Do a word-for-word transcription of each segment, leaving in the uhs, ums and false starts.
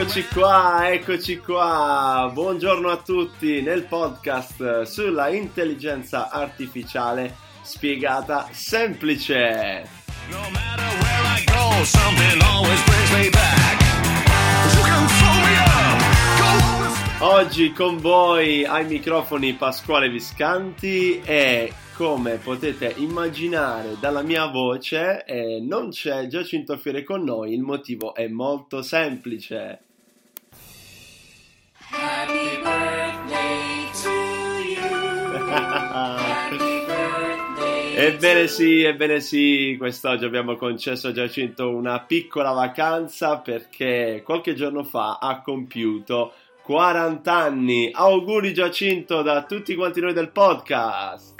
Eccoci qua, eccoci qua. Buongiorno a tutti nel podcast sulla intelligenza artificiale spiegata semplice. No matter where I go, something always brings me back. You can throw me up. Go. Oggi con voi ai microfoni Pasquale Viscanti e come potete immaginare dalla mia voce eh, non c'è Giacinto Fiore con noi, il motivo è molto semplice. Happy birthday to you. Happy birthday. Ebbene sì, ebbene sì, quest'oggi abbiamo concesso a Giacinto una piccola vacanza perché qualche giorno fa ha compiuto quaranta anni. Auguri Giacinto da tutti quanti noi del podcast.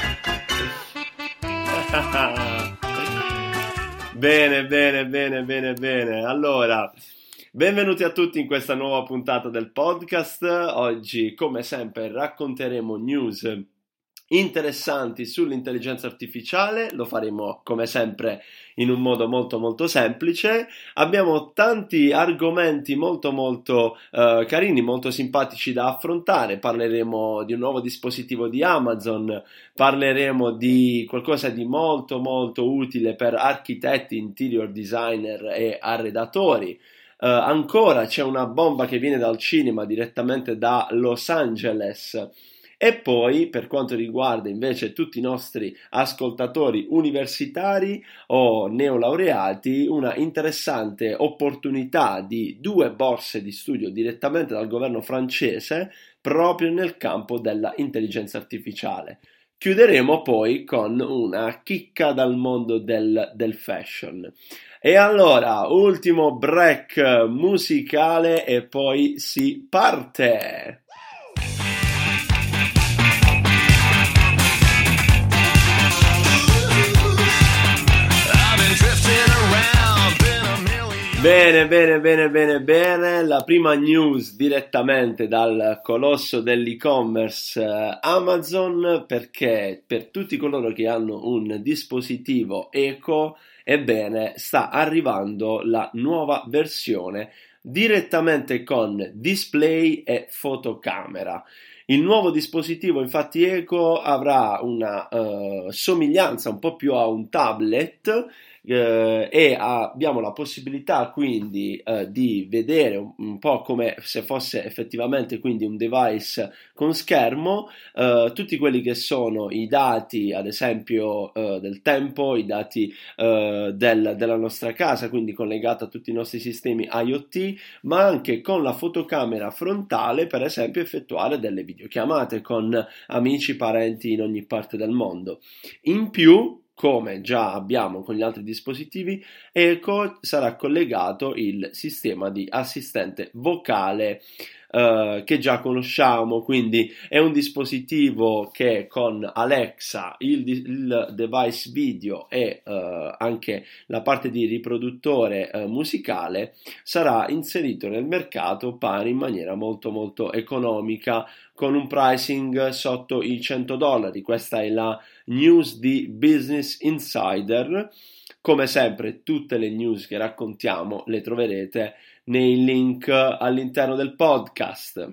Bene, bene, bene, bene, bene. Allora, benvenuti a tutti in questa nuova puntata del podcast. Oggi, come sempre, racconteremo news interessanti sull'intelligenza artificiale. Lo faremo, come sempre, in un modo molto molto semplice. Abbiamo tanti argomenti molto molto uh, carini, molto simpatici da affrontare. Parleremo di un nuovo dispositivo di Amazon, parleremo di qualcosa di molto molto utile per architetti, interior designer e arredatori. Uh, ancora c'è una bomba che viene dal cinema direttamente da Los Angeles. E poi, per quanto riguarda invece tutti i nostri ascoltatori universitari o neolaureati, una interessante opportunità di due borse di studio direttamente dal governo francese proprio nel campo della intelligenza artificiale. Chiuderemo poi con una chicca dal mondo del, del fashion. E allora, ultimo break musicale e poi si parte! Bene, bene, bene, bene, bene, la prima news direttamente dal colosso dell'e-commerce eh, Amazon, perché per tutti coloro che hanno un dispositivo Echo, ebbene, sta arrivando la nuova versione direttamente con display e fotocamera. Il nuovo dispositivo infatti Echo avrà una uh, somiglianza un po' più a un tablet eh, e abbiamo la possibilità quindi eh, di vedere un, un po' come se fosse effettivamente quindi un device con schermo, eh, tutti quelli che sono i dati ad esempio eh, del tempo, i dati eh, del, della nostra casa, quindi collegata a tutti i nostri sistemi IoT, ma anche con la fotocamera frontale per esempio effettuare delle videochiamate con amici, parenti in ogni parte del mondo. In più, come già abbiamo con gli altri dispositivi Echo, sarà collegato il sistema di assistente vocale Uh, che già conosciamo, quindi è un dispositivo che con Alexa, il, il device video e uh, anche la parte di riproduttore uh, musicale sarà inserito nel mercato pari in maniera molto molto economica con un pricing sotto i cento dollari. Questa è la news di Business Insider. Come sempre tutte le news che raccontiamo le troverete nei link all'interno del podcast.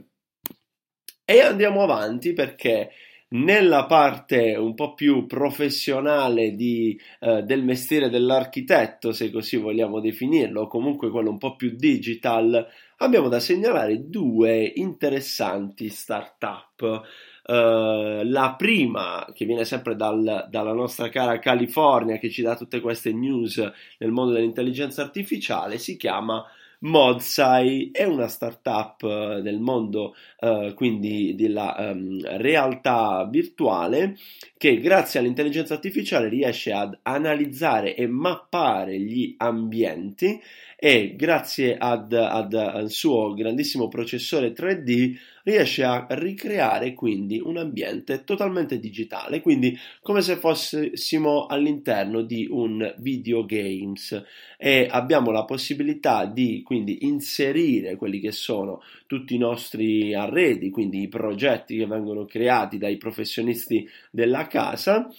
E andiamo avanti perché nella parte un po' più professionale di, eh, del mestiere dell'architetto, se così vogliamo definirlo, o comunque quello un po' più digital, abbiamo da segnalare due interessanti startup. Uh, la prima, che viene sempre dal, dalla nostra cara California, che ci dà tutte queste news nel mondo dell'intelligenza artificiale, si chiama Modsai, è una startup del mondo uh, quindi della um, realtà virtuale che grazie all'intelligenza artificiale riesce ad analizzare e mappare gli ambienti e grazie ad, ad, al suo grandissimo processore tre D riesce a ricreare quindi un ambiente totalmente digitale, quindi come se fossimo all'interno di un videogames, e abbiamo la possibilità di quindi inserire quelli che sono tutti i nostri arredi, quindi i progetti che vengono creati dai professionisti della casa,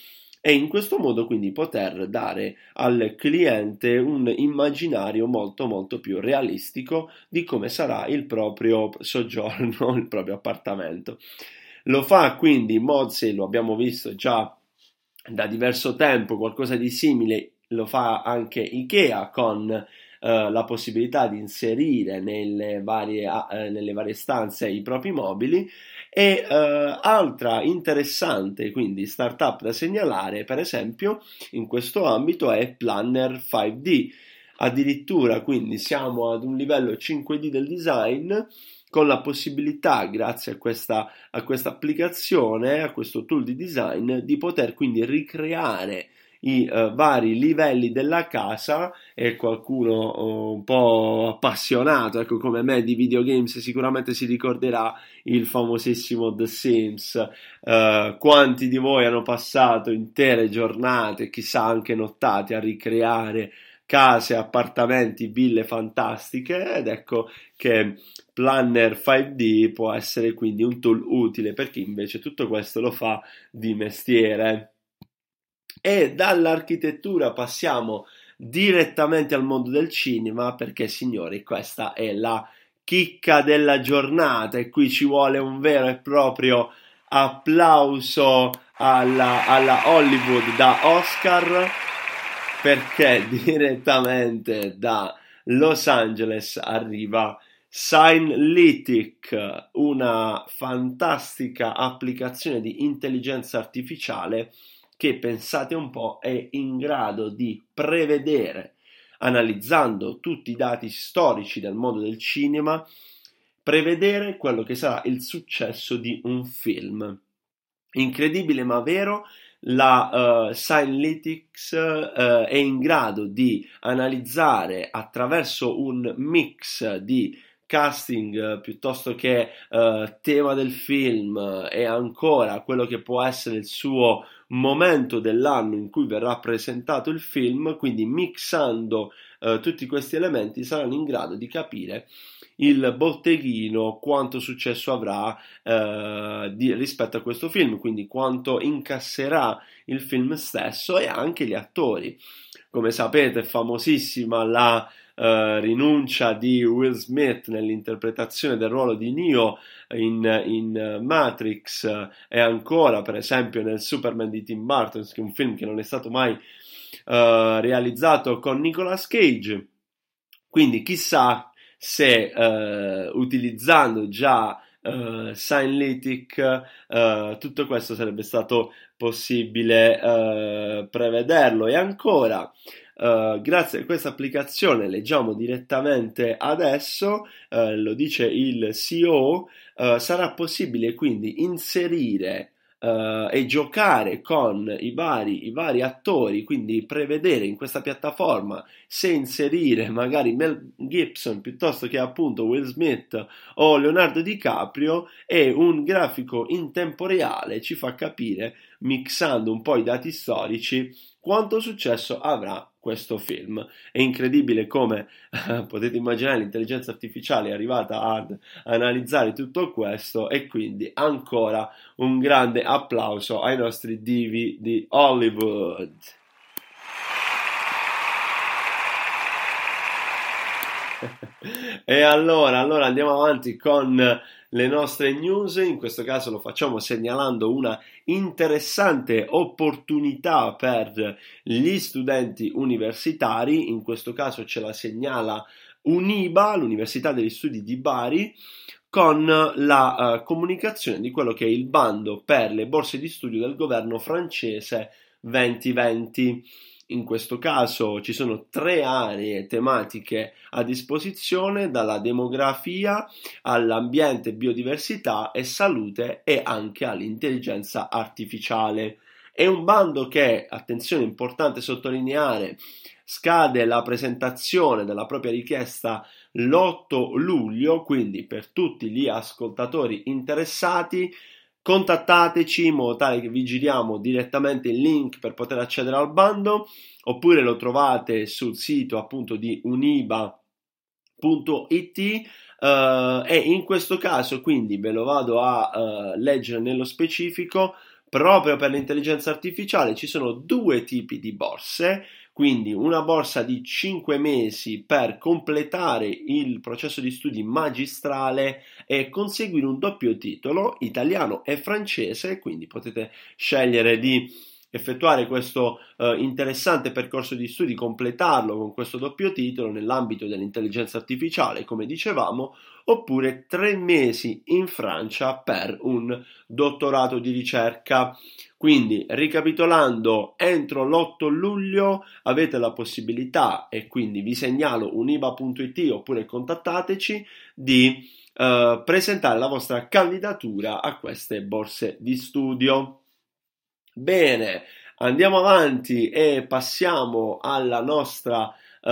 e in questo modo quindi poter dare al cliente un immaginario molto molto più realistico di come sarà il proprio soggiorno, il proprio appartamento. Lo fa quindi Modsey, lo abbiamo visto già da diverso tempo, qualcosa di simile lo fa anche IKEA con eh, la possibilità di inserire nelle varie, eh, nelle varie stanze i propri mobili. E eh, altra interessante quindi startup da segnalare, per esempio, in questo ambito è Planner cinque D. Addirittura quindi siamo ad un livello cinque D del design, con la possibilità, grazie a questa, a questa applicazione, a questo tool di design, di poter quindi ricreare i uh, vari livelli della casa. E qualcuno uh, un po' appassionato, ecco, come me, di videogames sicuramente si ricorderà il famosissimo The Sims. Uh, quanti di voi hanno passato intere giornate, chissà anche nottate, a ricreare case, appartamenti, ville fantastiche? Ed ecco che Planner cinque D può essere quindi un tool utile per chi invece tutto questo lo fa di mestiere. E dall'architettura passiamo direttamente al mondo del cinema, perché signori, questa è la chicca della giornata e qui ci vuole un vero e proprio applauso alla, alla Hollywood da Oscar, perché direttamente da Los Angeles arriva Signalytic, una fantastica applicazione di intelligenza artificiale che, pensate un po', è in grado di prevedere, analizzando tutti i dati storici del mondo del cinema, prevedere quello che sarà il successo di un film. Incredibile ma vero. La uh, Signalytics uh, è in grado di analizzare attraverso un mix di casting uh, piuttosto che uh, tema del film uh, e ancora quello che può essere il suo momento dell'anno in cui verrà presentato il film, quindi mixando uh, tutti questi elementi saranno in grado di capire il botteghino, quanto successo avrà eh, di, rispetto a questo film, quindi quanto incasserà il film stesso e anche gli attori. Come sapete, è famosissima la eh, rinuncia di Will Smith nell'interpretazione del ruolo di Neo in, in Matrix e ancora, per esempio, nel Superman di Tim Burton, che è un film che non è stato mai eh, realizzato con Nicolas Cage. Quindi chissà se uh, utilizzando già uh, Signalytic uh, tutto questo sarebbe stato possibile uh, prevederlo. E ancora, uh, grazie a questa applicazione, leggiamo direttamente adesso, uh, lo dice il C E O, uh, sarà possibile quindi inserire Uh, e giocare con i vari, i vari attori, quindi prevedere in questa piattaforma se inserire magari Mel Gibson piuttosto che appunto Will Smith o Leonardo DiCaprio, e un grafico in tempo reale ci fa capire, mixando un po' i dati storici, quanto successo avrà questo film. È incredibile come eh, potete immaginare, l'intelligenza artificiale è arrivata ad analizzare tutto questo, e quindi ancora un grande applauso ai nostri divi di Hollywood. E allora, allora andiamo avanti con le nostre news. In questo caso lo facciamo segnalando una interessante opportunità per gli studenti universitari. In questo caso ce la segnala Uniba, l'Università degli Studi di Bari, con la uh, comunicazione di quello che è il bando per le borse di studio del governo francese duemilaventi. In questo caso ci sono tre aree tematiche a disposizione, dalla demografia all'ambiente, biodiversità e salute, e anche all'intelligenza artificiale. È un bando che, attenzione, importante sottolineare, scade la presentazione della propria richiesta l'otto luglio, quindi per tutti gli ascoltatori interessati contattateci in modo tale che vi giriamo direttamente il link per poter accedere al bando, oppure lo trovate sul sito appunto di uniba punto it. Uh, e in questo caso quindi ve lo vado a uh, leggere nello specifico. proprio per l'intelligenza artificiale ci sono due tipi di borse, quindi una borsa di cinque mesi per completare il processo di studi magistrale e conseguire un doppio titolo, italiano e francese, quindi potete scegliere di effettuare questo eh, interessante percorso di studi, completarlo con questo doppio titolo nell'ambito dell'intelligenza artificiale, come dicevamo, oppure tre mesi in Francia per un dottorato di ricerca. Quindi, ricapitolando, entro l'otto luglio avete la possibilità, e quindi vi segnalo univa punto it oppure contattateci, di eh, presentare la vostra candidatura a queste borse di studio. Bene, andiamo avanti e passiamo alla nostra,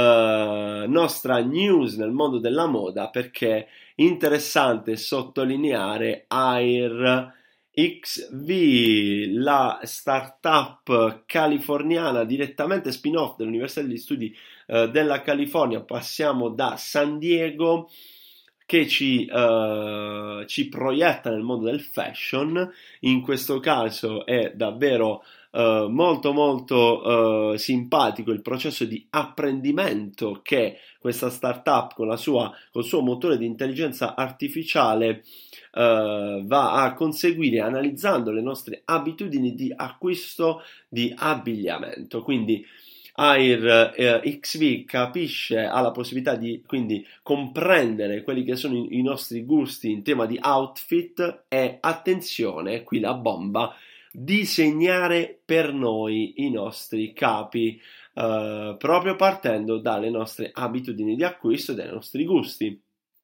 uh, nostra news nel mondo della moda, perché è interessante sottolineare Air X V, la startup californiana direttamente spin-off dell'Università degli Studi uh, della California. Passiamo da San Diego, che ci, uh, ci proietta nel mondo del fashion. In questo caso è davvero uh, molto molto uh, simpatico il processo di apprendimento che questa startup con la sua, col suo motore di intelligenza artificiale uh, va a conseguire analizzando le nostre abitudini di acquisto di abbigliamento. Quindi Air eh, X V capisce, ha la possibilità di quindi comprendere quelli che sono i, i nostri gusti in tema di outfit e, attenzione, qui la bomba, disegnare per noi i nostri capi eh, proprio partendo dalle nostre abitudini di acquisto e dai nostri gusti.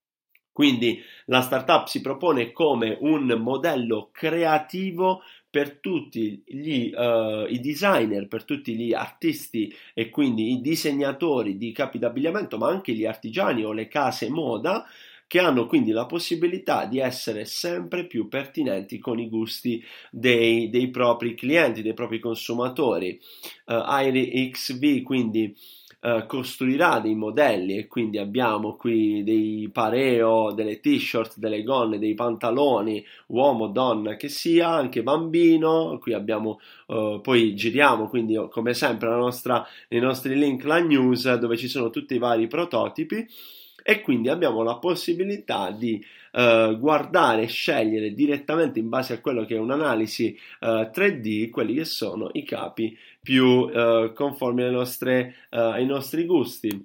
Quindi la startup si propone come un modello creativo per tutti gli, uh, i designer, per tutti gli artisti e quindi i disegnatori di capi d'abbigliamento, ma anche gli artigiani o le case moda, che hanno quindi la possibilità di essere sempre più pertinenti con i gusti dei, dei propri clienti, dei propri consumatori. Uh, Air X V quindi Uh, costruirà dei modelli, e quindi abbiamo qui dei pareo, delle t-shirt, delle gonne, dei pantaloni, uomo, donna che sia, anche bambino. Qui abbiamo uh, poi giriamo quindi come sempre la nostra, nei nostri link la news dove ci sono tutti i vari prototipi, e quindi abbiamo la possibilità di uh, guardare e scegliere direttamente in base a quello che è un'analisi uh, tre D quelli che sono i capi più uh, conformi alle nostre, uh, ai nostri gusti.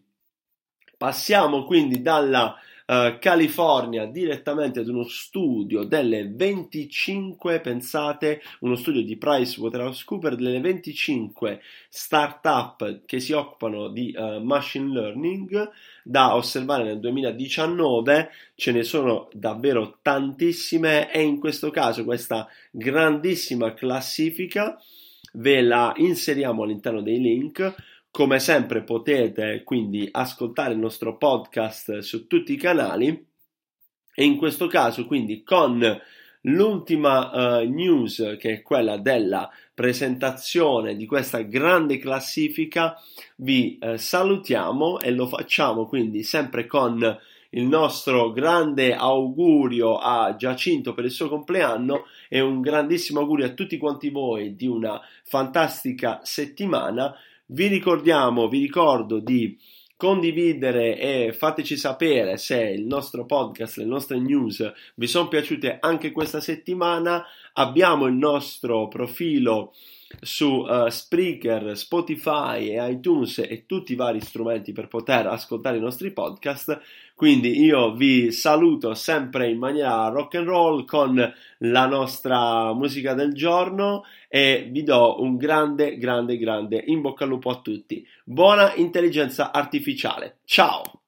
Passiamo quindi dalla uh, California direttamente ad uno studio delle venticinque, pensate, uno studio di PricewaterhouseCoopers, delle venticinque startup che si occupano di uh, machine learning da osservare nel duemiladiciannove. Ce ne sono davvero tantissime, e in questo caso questa grandissima classifica ve la inseriamo all'interno dei link. Come sempre potete quindi ascoltare il nostro podcast su tutti i canali, e in questo caso quindi con l'ultima uh, news, che è quella della presentazione di questa grande classifica, vi uh, salutiamo, e lo facciamo quindi sempre con il nostro grande augurio a Giacinto per il suo compleanno, e un grandissimo augurio a tutti quanti voi di una fantastica settimana. Vi ricordiamo, vi ricordo di condividere e fateci sapere se il nostro podcast, le nostre news vi sono piaciute anche questa settimana. Abbiamo il nostro profilo su uh, Spreaker, Spotify e iTunes e tutti i vari strumenti per poter ascoltare i nostri podcast. Quindi io vi saluto sempre in maniera rock and roll con la nostra musica del giorno, e vi do un grande grande grande in bocca al lupo a tutti. Buona intelligenza artificiale, ciao!